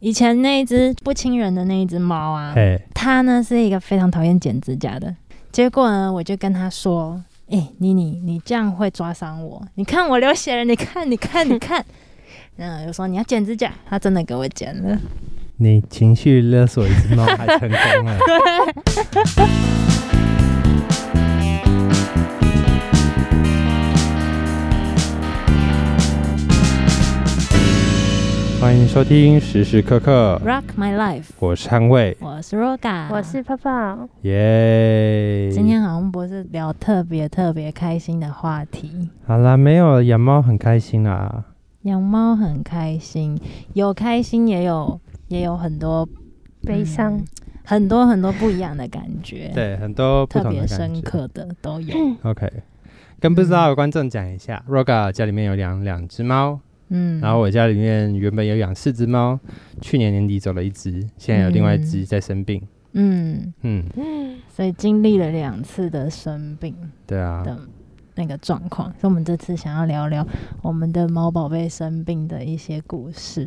以前那一只不亲人的那一只猫啊，它呢是一个非常讨厌剪指甲的。结果呢，我就跟他说：“你这样会抓伤我，你看我流血了，你看。”就说你要剪指甲，他真的给我剪了。 你情绪勒索一只猫还成功了。欢迎收听时时刻刻 Rock My Life， 我是汉卫， 我是 Roga， 我是泡泡。 耶！ 今天好像不是聊特别开心的话题。 好啦，没有养猫很开心啦。 养猫很开心，有开心也有很多悲伤， 很多不一样的感觉。 对，很多不同的感觉， 特别深刻的都有。 OK， 跟不知道的观众讲一下，Roga 家里面有两只猫。然后我家里面原本有养4只猫，去年年底走了1只，现在有另外1只在生病。 所以经历了2次的生病， 对啊的那个状况，所以我们这次想要聊聊我们的猫宝贝生病的一些故事。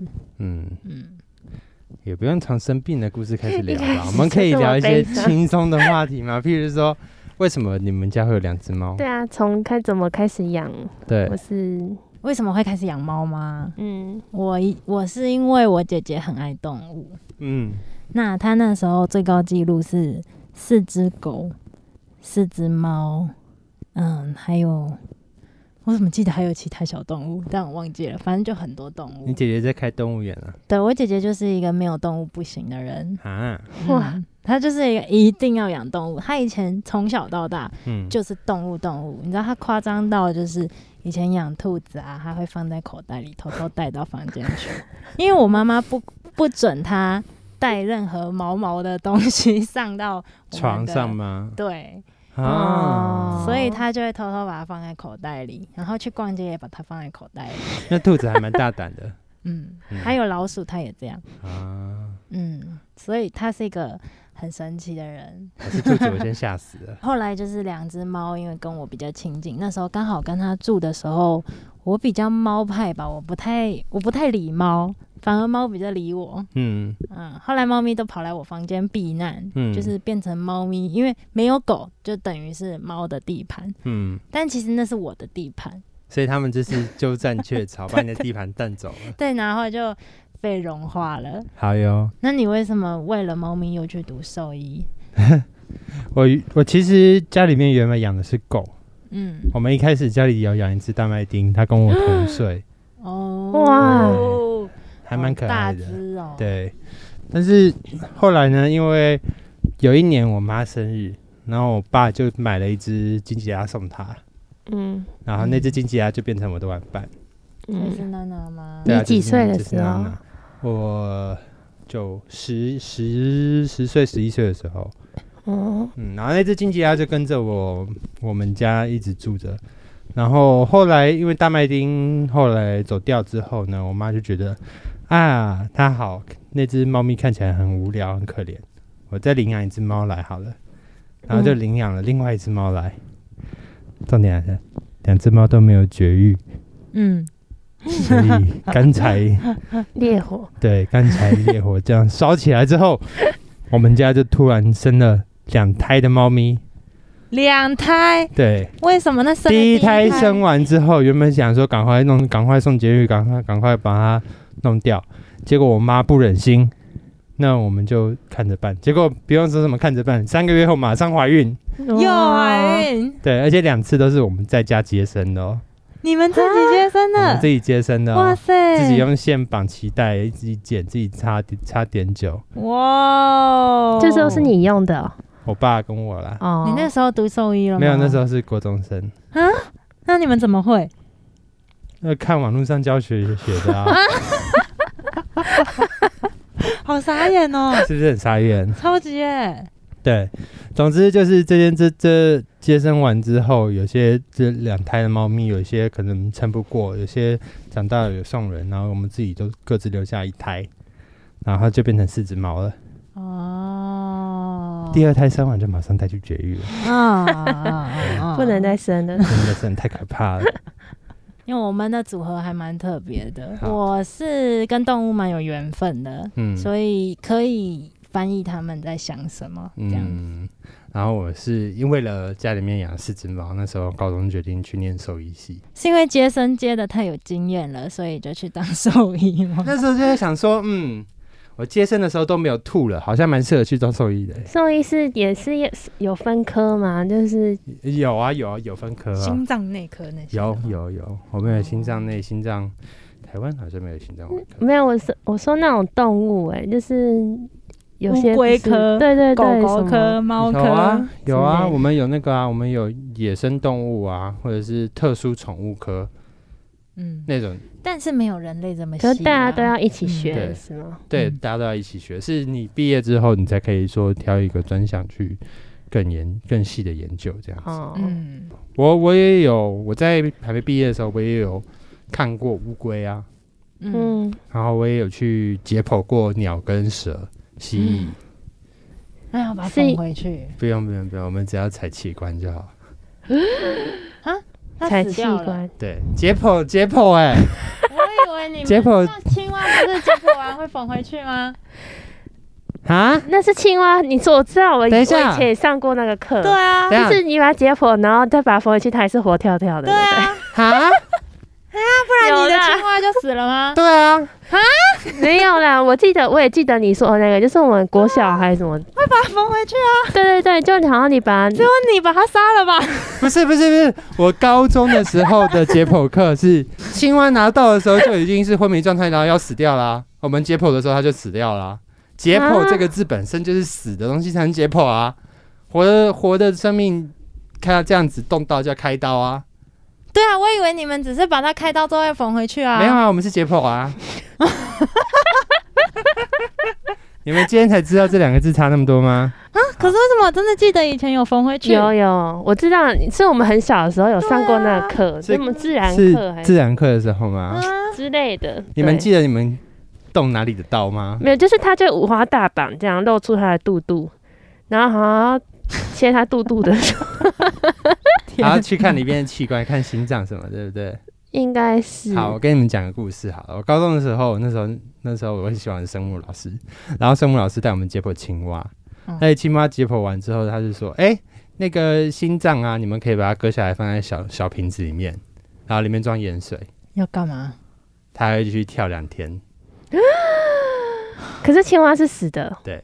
也不用从生病的故事开始聊吧，我们可以聊一些轻松的话题嘛，譬如说为什么你们家会有2只猫？ 对啊，从怎么开始养？ 对， 我是为什么会开始养猫吗？我是因为我姐姐很爱动物。那她那时候最高纪录是4只狗、4只猫，还有我怎么记得还有其他小动物，但我忘记了，反正就很多动物。 你姐姐在开动物园啊？ 对，我姐姐就是一个没有动物不行的人啊。 她就是一个一定要养动物。她以前从小到大就是动物，你知道她夸张到就是以前养兔子啊，她会放在口袋里偷偷带到房间去，因为我妈妈不准她带任何毛的东西上到床上吗？ 对。 所以他就会偷偷把它放在口袋里，然后去逛街也把它放在口袋里。 那兔子还蛮大胆的。 还有老鼠，它也这样。所以他是一个很神奇的人。 可是兔子我先吓死了。 后来就是2只猫，因为跟我比较亲近，那时候刚好跟他住的时候，我比较猫派吧，我不太理猫，反而猫比较理我。后来猫咪都跑来我房间避难，就是变成猫咪，因为没有狗，就等于是猫的地盘。但其实那是我的地盘， 所以他们就是鸠占鹊巢，把你的地盘占走了。 对，然后就被融化了。 好哟。 那你为什么为了猫咪又去读兽医？ 我其实家里面原本养的是狗。我们一开始家里有养一只大麦町，它跟我同岁。 哇， 还蛮可爱的。 大只哦。 对，但是后来呢，因为有一年我妈生日，然后我爸就买了一只金吉拉送她。然后那只金吉拉就变成我的玩伴。 这是娜娜吗？ 你几岁的时候？ 我就10岁、11岁的时候。然后那只金吉拉就跟着我们家一直住着。然后后来因为大麦町后来走掉之后呢，我妈就觉得它好，那只猫咪看起来很无聊很可怜，我再领养一只猫来好了。然后就领养了另外一只猫来。重点是2只猫都没有绝育。所以干柴烈火， 对，干柴烈火这样烧起来之后，我们家就突然生了2胎的猫咪。 2胎？对。为什么？那生第一胎生完之后，原本想说赶快送绝育，赶快把它弄掉。结果我妈不忍心，那我们就看着办。结果不用说什么看着办，3个月后马上怀孕。 又怀孕？ 对，而且2次都是我们在家接生的哦。 你们自己接生的？ 我们自己接生的哦。 哇塞！ 自己用线绑脐带，自己剪，自己擦碘酒。 哇！ 这时候是你用的哦？ 我爸跟我啦。 你那时候读兽医了吗？ 没有，那时候是国中生。 那你们怎么会？ 看网络上教学的啊。 好傻眼哦！ 是不是很傻眼？ 超级耶！ 对，总之就是这接生完之后，有些这2胎的猫咪，有些可能撑不过，有些长大了有送人，然后我们自己都各自留下1胎，然后就变成4只猫了。第2胎生完就马上带去绝育了。 不能再生了， 真的是太可怕了。 因为我们的组合还蛮特别的，我是跟动物蛮有缘分的，所以可以翻译他们在想什么这样子。 然后我是因为了家里面养4只猫，那时候高中决定去念兽医系， 是因为接生接的太有经验了，所以就去当兽医吗？ 那时候就在想说，我接生的时候都没有吐了，好像蛮适合去当兽医的。 兽医也是有分科吗？就是有分科啊， 心脏内科那些。 有，我们有心脏内、心脏，台湾好像没有心脏外科。 没有，我说那种动物，就是有些乌龟科， 对， 狗狗科、猫科有啊，我们有那个啊，我们有野生动物啊，或者是特殊宠物科，那种。 但是没有人类这么细， 可是大家都要一起学，是吗？ 对，大家都要一起学，是你毕业之后，你才可以说挑一个专项去更细的研究这样子。我也有，我在还没毕业的时候，我也有看过乌龟啊，然后我也有去解剖过鸟跟蛇、蜥蜴。 那要把它放回去？ 不用，我们只要采器官就好。 采器官？ 对，解剖哎。 我以为你们解剖青蛙不是解剖完会缝回去吗？ 啊，那是青蛙。我知道，我以前也上过那个课。 对啊， 就是你把它解剖，然后再把它缝回去，它还是活跳跳的。 对啊，不然你的青蛙就死了吗？ 对啊， 没有啦，我也记得你说的那个，就是我们国小还是什么， 会把它缝回去啊。 对，就好像只有你把它杀了吧？ 不是，我高中的时候的解剖课是青蛙拿到的时候就已经是昏迷状态，然后要死掉啦。我们解剖的时候它就死掉啦。解剖这个字本身就是死的东西才能解剖啊，活的生命看到这样子动刀就要开刀啊。 对啊，我以为你们只是把它开刀之后再缝回去啊。 没有啊，我们是解剖啊。你们今天才知道这2个字差那么多吗？ 可是为什么我真的记得以前有缝回去？ 有，我知道是我们很小的时候有上过那个课，是我们自然课还是自然课的时候吗？ 之类的。 你们记得你们动哪里的刀吗？ 没有，就是他就五花大绑这样露出他的肚肚，然后好像切他肚肚的时候， 然后去看里面的器官，看心脏什么，对不对？ 应该是。 好，我跟你们讲个故事好了。我高中的时候，那时候我很喜欢生物老师，然后生物老师带我们解剖青蛙。那青蛙解剖完之后，他就说：“那个心脏啊，你们可以把它割下来放在小瓶子里面，然后里面装盐水。 要干嘛？ 他会去跳2天。 可是青蛙是死的。 对。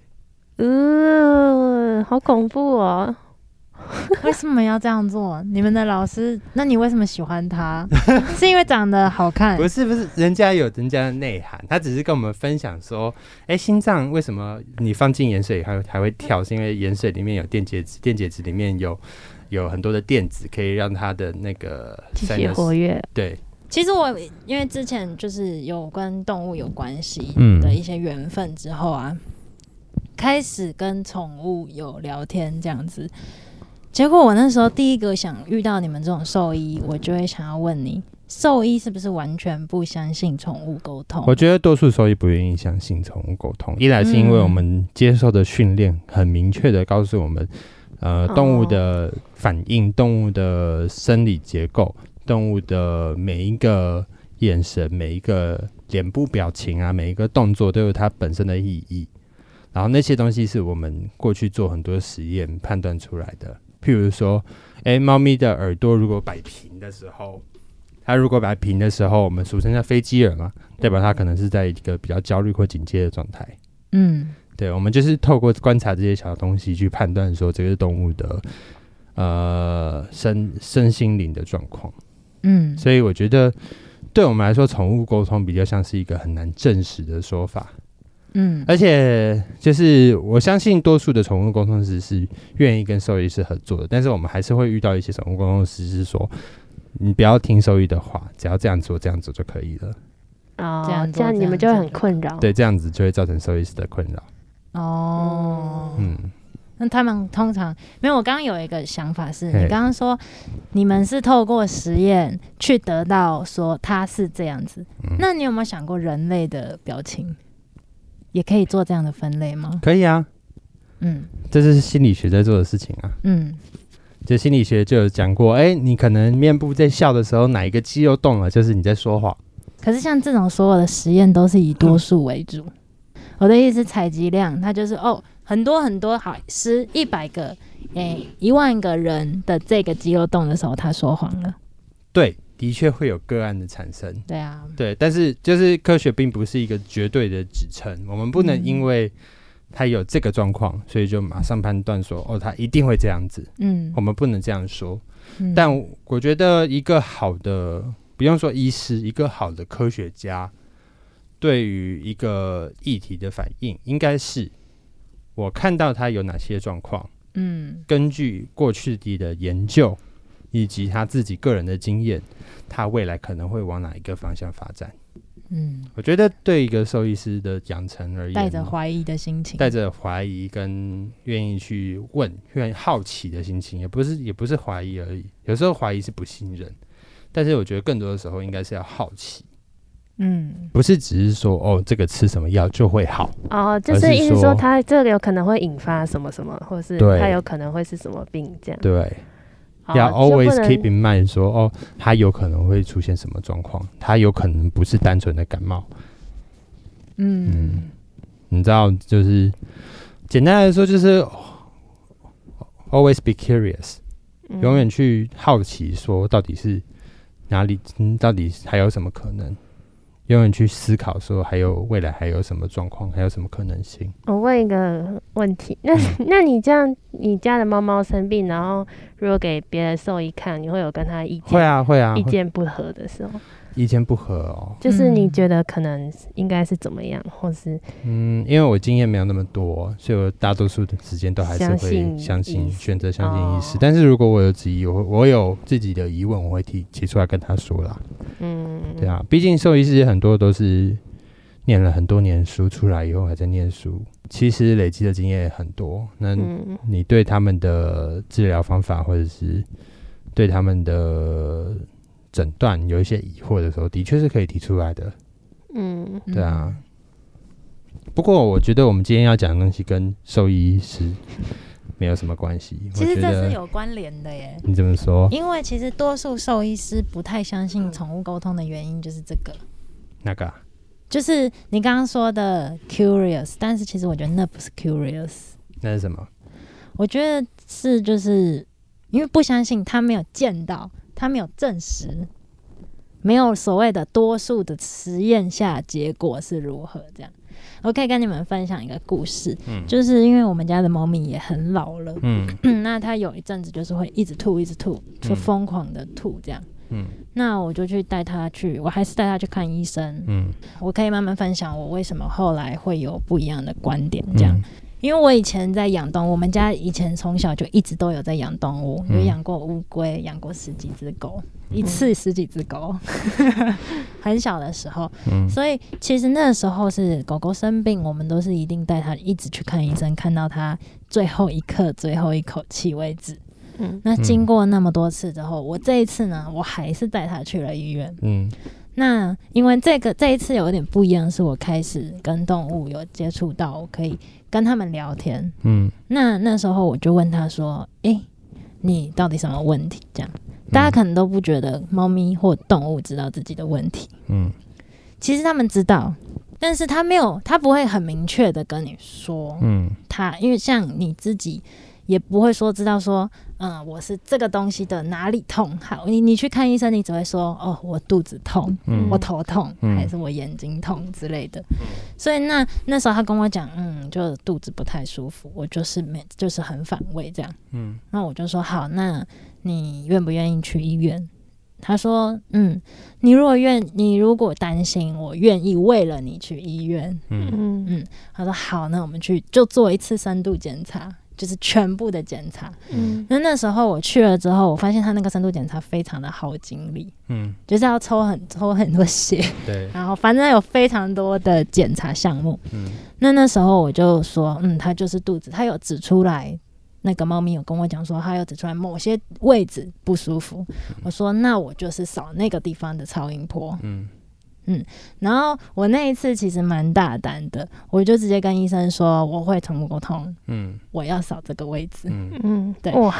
好恐怖哦！ 为什么要这样做？你们的老师，那你为什么喜欢他？是因为长得好看？ 不是，人家有人家的内涵，他只是跟我们分享说，心脏为什么你放进盐水还会跳？是因为盐水里面有电解质，电解质里面有很多的电子，可以让它的那个机体活跃。 对。 其实我因为之前就是有跟动物有关系的一些缘分之后啊，开始跟宠物有聊天这样子。结果我那时候第一个想遇到你们这种兽医，我就会想要问你，兽医是不是完全不相信宠物沟通？ 我觉得多数兽医不愿意相信宠物沟通，一来是因为我们接受的训练很明确的告诉我们，动物的反应、动物的生理结构、动物的每一个眼神、每一个脸部表情啊、每一个动作都有它本身的意义。然后那些东西是我们过去做很多实验判断出来的。譬如说，猫咪的耳朵如果摆平的时候，它如果摆平的时候，我们俗称叫飞机耳嘛，代表它可能是在一个比较焦虑或警戒的状态。对，我们就是透过观察这些小东西去判断说这个动物的身心灵的状况。所以我觉得对我们来说，宠物沟通比较像是一个很难证实的说法。而且就是我相信多数的宠物沟通师是愿意跟兽医师合作的，但是我们还是会遇到一些宠物沟通师是说，你不要听兽医的话，只要这样做就可以了。 这样你们就会很困扰。 对，这样子就会造成兽医师的困扰。 那他们通常没有，我刚刚有一个想法是，你刚刚说你们是透过实验去得到说它是这样子，那你有没有想过人类的表情也可以做这样的分类吗？ 可以啊，这是心理学在做的事情啊。 就心理学就有讲过，你可能面部在笑的时候哪一个肌肉动了，就是你在说谎。 可是像这种所有的实验都是以多数为主。我的意思，采集量它就是很多很多，好100个1万个人的这个肌肉动的时候，他说谎了。 对，的确会有个案的产生。 对啊， 对，但是就是科学并不是一个绝对的指称，我们不能因为他有这个状况，所以就马上判断说他一定会这样子。我们不能这样说。但我觉得一个好的，不用说医师，一个好的科学家对于一个议题的反应，应该是我看到他有哪些状况，根据过去的研究以及他自己个人的经验，他未来可能会往哪一个方向发展。我觉得对一个兽医师的养成而言， 带着怀疑的心情， 带着怀疑跟愿意去问、愿意好奇的心情，也不是怀疑而已。有时候怀疑是不信任，但是我觉得更多的时候应该是要好奇。不是只是说这个吃什么药就会好就是意思说它这个有可能会引发什么什么，或是它有可能会是什么病这样。 对。要 always keep in mind 说他有可能会出现什么状况，他有可能不是单纯的感冒。你知道，就是简单来说，就是 always be curious，永远去好奇说到底是哪里，到底还有什么可能。永远去思考说未来还有什么状况，还有什么可能性。 我问一个问题，那你这样，你家的猫猫生病，然后如果给别的兽医看，你会有跟他意见？ 会啊， 意见不合的时候。 意见不合就是你觉得可能应该是怎么样，或是因为我经验没有那么多，所以我大多数的时间都还是会选择相信医师。但是如果我有质疑，我有自己的疑问，我会提出来跟他说啦。对啊，毕竟兽医师很多都是念了很多年书，出来以后还在念书，其实累积的经验也很多。那你对他们的治疗方法，或者是对他们的诊断有一些疑惑的时候，的确是可以提出来的。对啊。不过我觉得我们今天要讲的东西跟兽医师没有什么关系。 其实这是有关联的耶。 你怎么说？ 因为其实多数兽医师不太相信宠物沟通的原因就是这个。 那个就是你刚刚说的 curious， 但是其实我觉得那不是 curious。 那是什么？ 我觉得是就是因为不相信，他没有见到，他没有证实，没有所谓的多数的实验下结果是如何这样。我可以跟你们分享一个故事，就是因为我们家的猫咪也很老了，那它有一阵子就是会一直吐，就疯狂的吐这样。那我就我还是带它去看医生。我可以慢慢分享我为什么后来会有不一样的观点这样。因为我以前在养动物，我们家以前从小就一直都有在养动物，有养过乌龟，养过10几只狗，一次10几只狗，很小的时候。所以其实那时候是狗狗生病，我们都是一定带它一直去看医生，看到它最后一刻、最后一口气为止。那经过那么多次之后，我这一次呢，我还是带它去了医院。那因为这一次有点不一样，是我开始跟动物有接触到，我可以跟他们聊天。那时候我就问他说：“你到底什么问题？”这样，大家可能都不觉得猫咪或动物知道自己的问题。其实他们知道，但是他不会很明确的跟你说。因为像你自己也不会说知道说，我是这个东西的哪里痛。好，你去看医生，你只会说，我肚子痛，我头痛，还是我眼睛痛之类的。所以那时候他跟我讲，就肚子不太舒服，我就是很反胃这样。那我就说好，那你愿不愿意去医院？他说，你如果担心，我愿意为了你去医院。他说好，那我们就做一次深度检查。就是全部的检查。那时候我去了之后，我发现他那个深度检查非常的耗精力。就是要抽很多血，对，然后反正有非常多的检查项目。那时候我就说，他就是肚子，他有指出来，那个猫咪有跟我讲说，他有指出来某些位置不舒服。我说那我就是扫那个地方的超音波。然后我那一次其实蛮大胆的，我就直接跟医生说我会宠物沟通，我要扫这个位置。对，哇，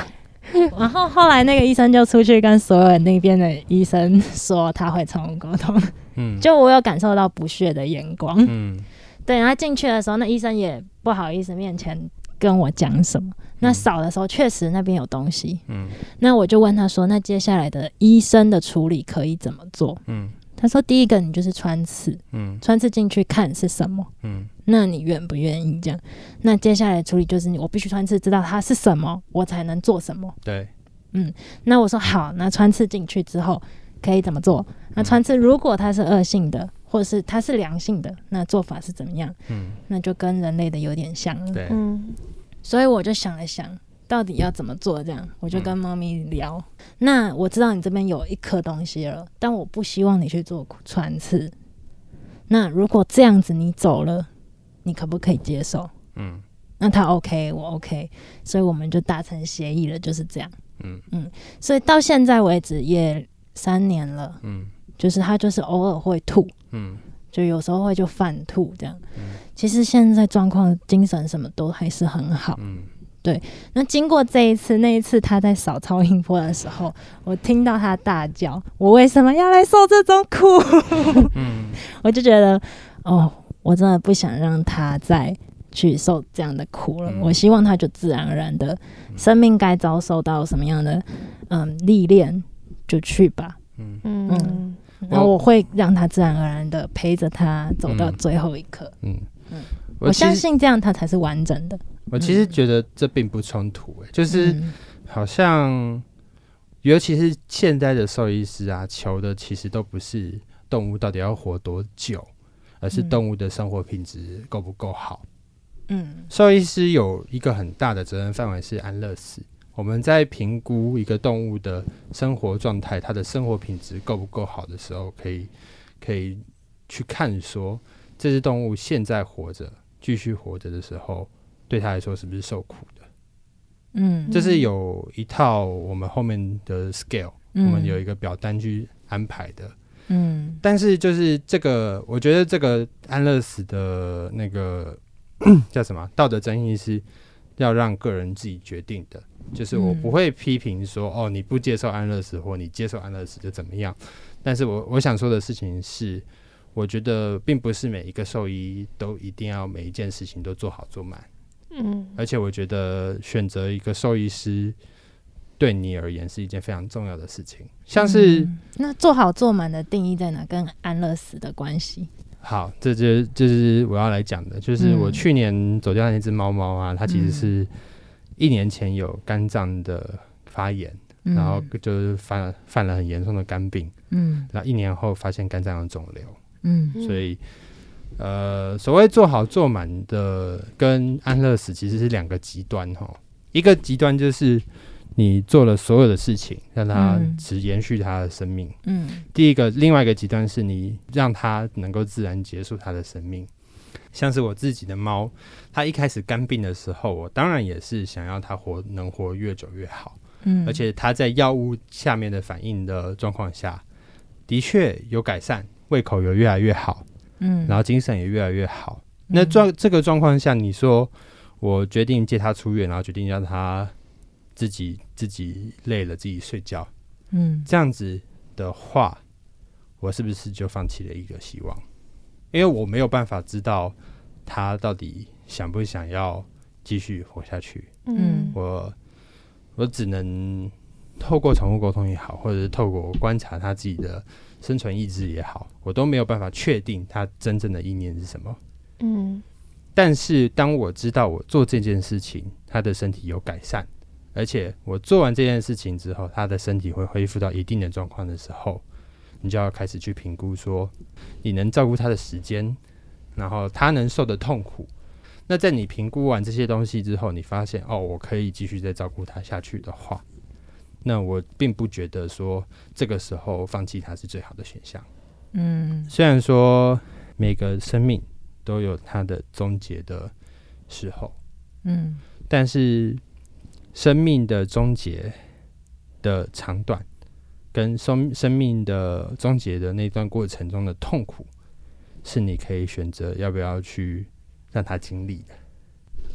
然后后来那个医生就出去跟所有那边的医生说他会宠物沟通，就我有感受到不屑的眼光，对，然后进去的时候，那医生也不好意思面前跟我讲什么。那扫的时候确实那边有东西，那我就问他说，那接下来的医生的处理可以怎么做？他说第一个你就是穿刺，穿刺进去看是什么，那你愿不愿意这样？那接下来的处理就是我必须穿刺知道它是什么，我才能做什么。 对， 那我说好，那穿刺进去之后可以怎么做？那穿刺如果它是恶性的，或者是它是良性的，那做法是怎么样？那就跟人类的有点像了。 对， 所以我就想了想，到底要怎么做？这样，我就跟猫咪聊。那我知道你这边有一颗东西了，但我不希望你去做穿刺。那如果这样子你走了，你可不可以接受？那他 OK， 我 OK， 所以我们就达成协议了，就是这样。所以到现在为止也3年了。就是他就是偶尔会吐，就有时候会就犯吐这样。其实现在状况、精神什么都还是很好。对。那经过那一次他在扫超音波的时候，我听到他大叫：“我为什么要来受这种苦？”我就觉得，我真的不想让他再去受这样的苦了。我希望他就自然而然的，生命该遭受到什么样的历练，就去吧。然后我会让他自然而然的陪着他走到最后一刻。我相信这样他才是完整的。 我其实觉得这并不冲突，就是好像，尤其是现在的兽医师啊，求的其实都不是动物到底要活多久，而是动物的生活品质够不够好。兽医师有一个很大的责任范围是安乐死。我们在评估一个动物的生活状态，它的生活品质够不够好的时候，可以去看说这只动物现在活着、继续活着的时候，对它来说是不是受苦的。这是有一套我们后面的 scale，我们有一个表单去安排的。但是就是这个，我觉得这个安乐死的那个叫什么道德争议是要让个人自己决定的。就是我不会批评说你不接受安乐死或你接受安乐死就怎么样，但是我想说的事情是，我觉得并不是每一个兽医都一定要每一件事情都做好做满。而且我觉得选择一个兽医师对你而言是一件非常重要的事情。像是那做好做满的定义在哪？跟安乐死的关系？ 好，这就是我要来讲的，就是我去年走掉那只猫猫啊，它其实是1年前有肝脏的发炎，然后就是犯了很严重的肝病，然后1年后发现肝脏有肿瘤，所以所谓做好做满的跟安乐死其实是2个极端齁。一个极端就是你做了所有的事情让它只延续它的生命，另外一个极端是你让它能够自然结束它的生命。像是我自己的猫，它一开始肝病的时候，我当然也是想要它能活越久越好，而且它在药物下面的反应的状况下，的确有改善，胃口有越来越好，然后精神也越来越好。那这个状况下，你说我决定接它出院，然后决定让它自己累了自己睡觉，这样子的话，我是不是就放弃了一个希望？因为我没有办法知道他到底想不想要继续活下去。我只能透过宠物沟通也好，或者是透过观察他自己的生存意志也好，我都没有办法确定他真正的意念是什么。但是当我知道我做这件事情他的身体有改善，而且我做完这件事情之后他的身体会恢复到一定的状况的时候，你就要开始去评估说你能照顾他的时间，然后他能受的痛苦。那在你评估完这些东西之后，你发现我可以继续再照顾他下去的话，那我并不觉得说这个时候放弃他是最好的选项。虽然说每个生命都有它的终结的时候，但是生命的终结的长短跟生命的终结的那段过程中的痛苦，是你可以选择要不要去让它经历的。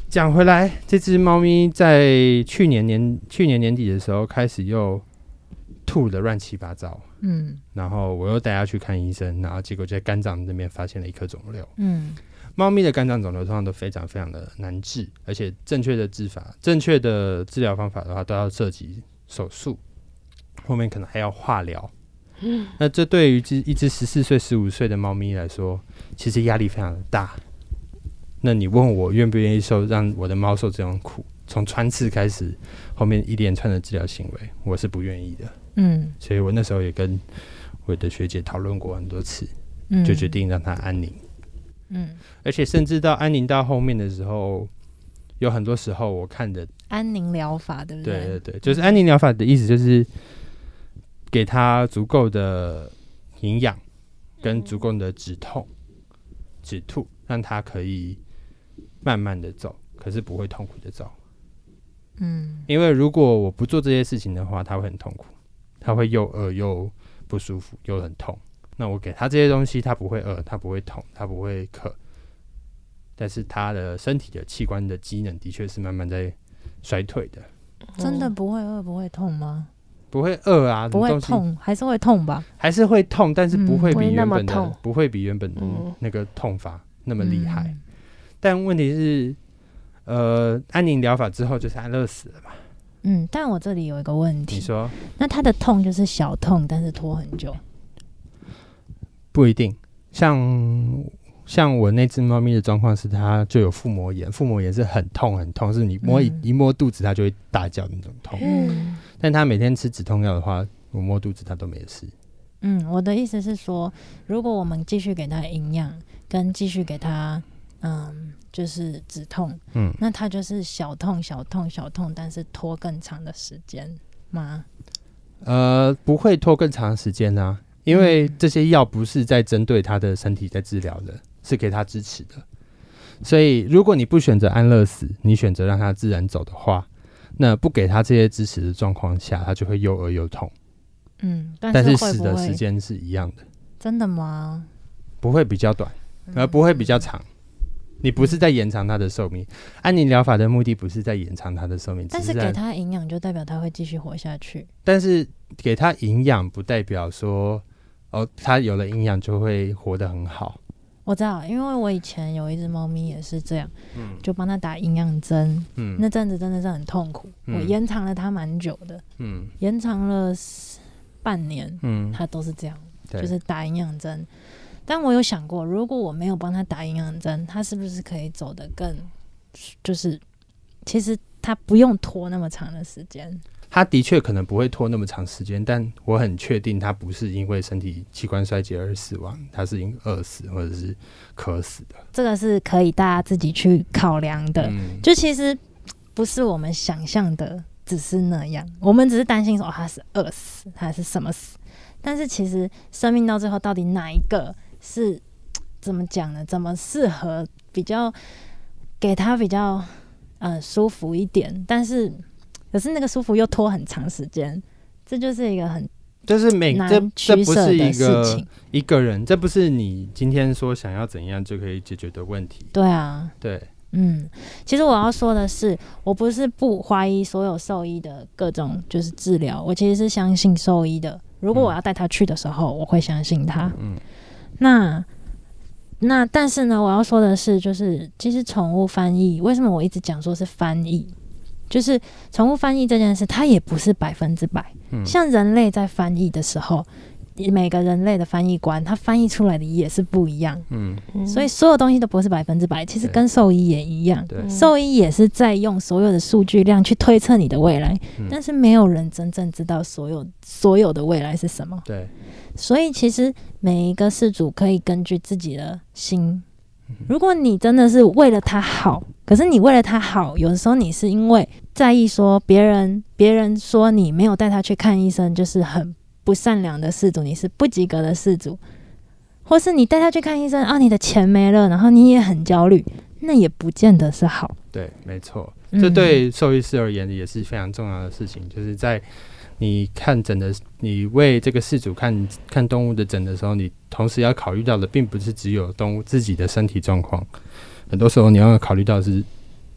讲回来，这只猫咪在去年年底的时候开始又吐的乱七八糟，然后我又带它去看医生，然后结果在肝脏那边发现了一颗肿瘤，猫咪的肝脏肿瘤通常都非常非常的难治，而且正确的治疗方法的话，都要涉及手术，后面可能还要化疗。那这对于一只14岁、15岁的猫咪来说，其实压力非常的大。那你问我愿不愿意让我的猫受这种苦，从穿刺开始，后面一连串的治疗行为，我是不愿意的。所以我那时候也跟我的学姐讨论过很多次，就决定让它安宁。而且甚至到安宁到后面的时候，有很多时候我看的安宁疗法，对不对？ 对对对，就是安宁疗法的意思，就是给它足够的营养跟足够的止痛、止吐，让它可以慢慢的走，可是不会痛苦的走。因为如果我不做这些事情的话，它会很痛苦，它会又饿又不舒服又很痛。那我给它这些东西，它不会饿，它不会痛，它不会渴，但是它的身体的器官的机能的确是慢慢在衰退的。 真的不会饿不会痛吗？ 不会饿啊， 不会痛，还是会痛吧？ 还是会痛，但是不会比原本的不会比原本的那个痛法那么厉害。但问题是，安宁疗法之后就是安乐死了嘛。 但我这里有一个问题， 你说， 那它的痛就是小痛，但是拖很久？ 不一定，像我那只猫咪的状况是，它就有腹膜炎，腹膜炎是很痛很痛，是你一摸肚子它就会大叫的那种痛。但它每天吃止痛药的话，我摸肚子它都没事。 我的意思是说，如果我们继续给它营养，跟继续给它就是止痛，那它就是小痛小痛小痛，但是拖更长的时间吗？ 不会拖更长的时间啊，因为这些药不是在针对它的身体在治疗的，是给它支持的。所以如果你不选择安乐死，你选择让它自然走的话，那不给它这些支持的状况下，它就会又饿又痛。但是死的时间是一样的。真的吗？ 不会比较短，而不会比较长。你不是在延长它的寿命，安宁疗法的目的不是在延长它的寿命， 但是给它营养就代表它会继续活下去。 但是给它营养不代表说，它有了营养就会活得很好。 我知道，因为我以前有一只猫咪也是这样，就帮它打营养针，那阵子真的是很痛苦，我延长了它蛮久的，延长了半年，它都是这样，就是打营养针。但我有想过，如果我没有帮他打营养针，他是不是可以走得更，就是其实他不用拖那么长的时间。 他的确可能不会拖那么长时间，但我很确定他不是因为身体器官衰竭而死亡，他是因为饿死或者是渴死的。这个是可以大家自己去考量的，就其实不是我们想象的只是那样，我们只是担心说他是饿死还是什么死，但是其实生命到最后到底哪一个是怎么讲呢？怎么适合比较给他比较舒服一点，但是可是那个舒服又拖很长时间，这就是一个很难取舍的事情。 一个人，这不是你今天说想要怎样就可以解决的问题。 对啊， 对， 其实我要说的是，我不是不怀疑所有兽医的各种就是治疗，我其实是相信兽医的。如果我要带他去的时候，我会相信他。那但是呢，我要说的是，就是其实宠物翻译，为什么我一直讲说是翻译？就是宠物翻译这件事，它也不是100%。像人类在翻译的时候，每个人类的翻译官，他翻译出来的也是不一样。所以所有东西都不是100%，其实跟兽医也一样。兽医也是在用所有的数据量去推测你的未来，但是没有人真正知道所有的未来是什么。 对。 所以其实每一个饲主可以根据自己的心，如果你真的是为了他好，可是你为了他好，有的时候你是因为在意说别人说你没有带他去看医生，就是很不善良的饲主，你是不及格的饲主，或是你带他去看医生你的钱没了，然后你也很焦虑，那也不见得是好。 对，没错，这对兽医师而言也是非常重要的事情，就是在你看诊的，你为这个饲主看动物的诊的时候，你同时要考虑到的并不是只有动物自己的身体状况，很多时候你要考虑到的是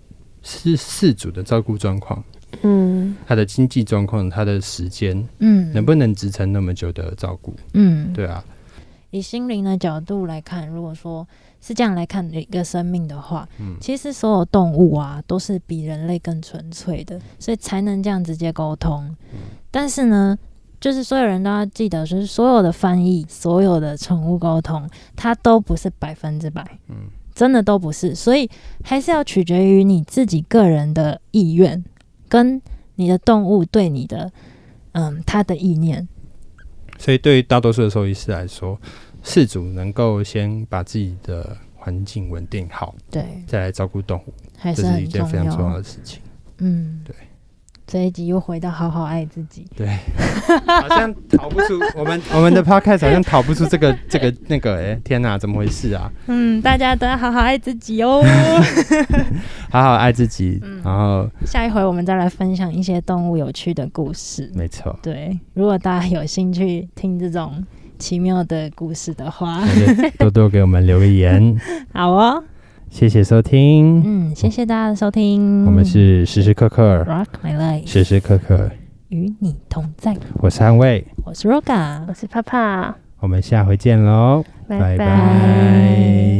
饲主的照顾状况，他的经济状况，他的时间，能不能支撑那么久的照顾？对啊。 以心灵的角度来看，如果说是这样来看一个生命的话，其实所有动物啊都是比人类更纯粹的，所以才能这样直接沟通。但是呢，就是所有人都要记得，就是所有的翻译，所有的宠物沟通，它都不是100%，真的都不是，所以还是要取决于你自己个人的意愿，跟你的动物对你的它的意念。 所以对于大多数的兽医师来说，饲主能够先把自己的环境稳定好， 对， 再来照顾动物， 还是这是一件非常重要的事情。对。 这一集又回到好好爱自己， 对，好像逃不出我们的 podcast 好像逃不出这个那个，天哪，怎么回事啊？ 大家都要好好爱自己哦， 好好爱自己，然后下一回我们再来分享一些动物有趣的故事。 没错， 对，如果大家有兴趣听这种奇妙的故事的话， 多多给我们留个言。 好哦。 谢谢收听， 谢谢大家的收听。 我们是时时刻刻 Rock My Life， 时时刻刻与你同在。 我是安卫， 我是 Roga， 我是帕帕， 我们下回见喽， 拜拜。